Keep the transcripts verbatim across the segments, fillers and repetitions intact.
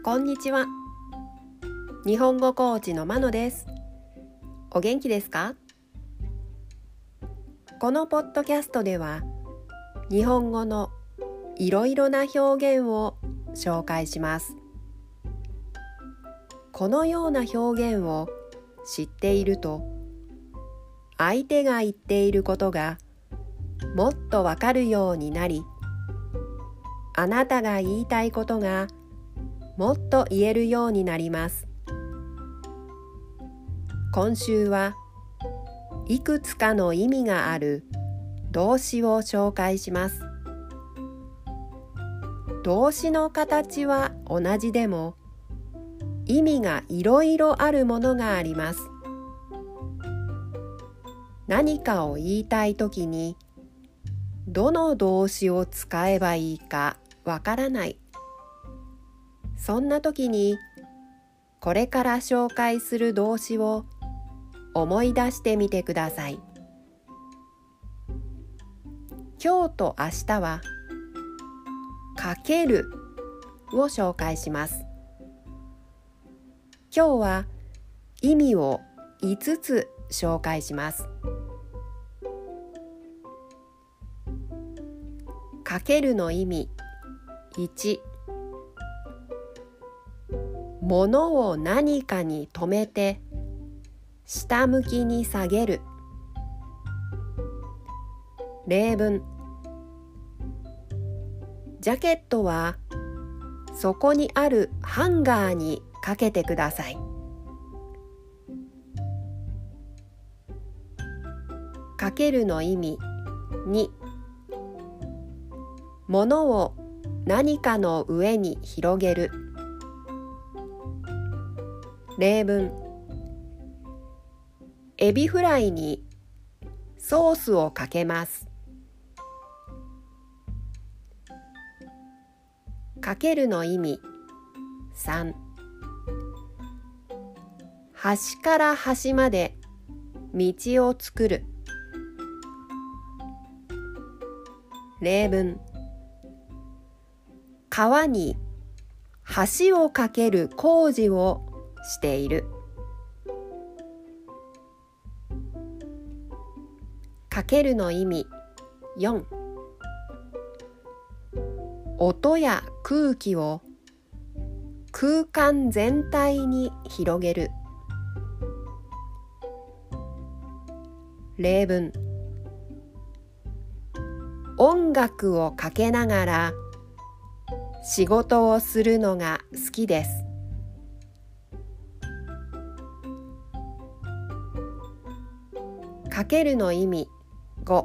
こんにちは。日本語コーチのまのです。お元気ですか？このポッドキャストでは日本語のいろいろな表現を紹介します。このような表現を知っていると、相手が言っていることがもっとわかるようになり、あなたが言いたいことがもっと言えるようになります。今週はいくつかの意味がある動詞を紹介します。動詞の形は同じでも、意味がいろいろあるものがあります。何かを言いたいときに、どの動詞を使えばいいかわからない。そんなときに、これから紹介する動詞を思い出してみてください。今日と明日は、かけるを紹介します。今日は意味をいつつ紹介します。かけるの意味いち、物を何かに留めて下向きに下げる。例文、ジャケットはそこにあるハンガーにかけてください。かけるの意味に、物を何かの上に広げる。例文、エビフライにソースをかけます。かけるの意味さん、端から端まで道を作る。例文、川に橋を架ける工事をしている。かけるの意味よん、音や空気を空間全体に広げる。例文、音楽をかけながら仕事をするのが好きです。かけるの意味ご、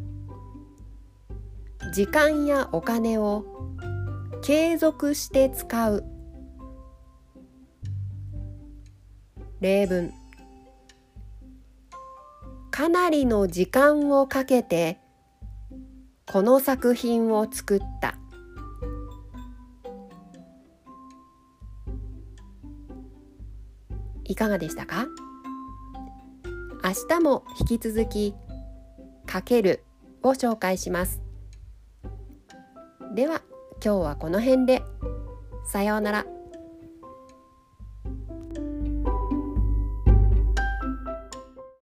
時間やお金を継続して使う。例文、かなりの時間をかけてこの作品を作った。いかがでしたか？明日も引き続きかけるを紹介します。では今日はこの辺で。さようなら。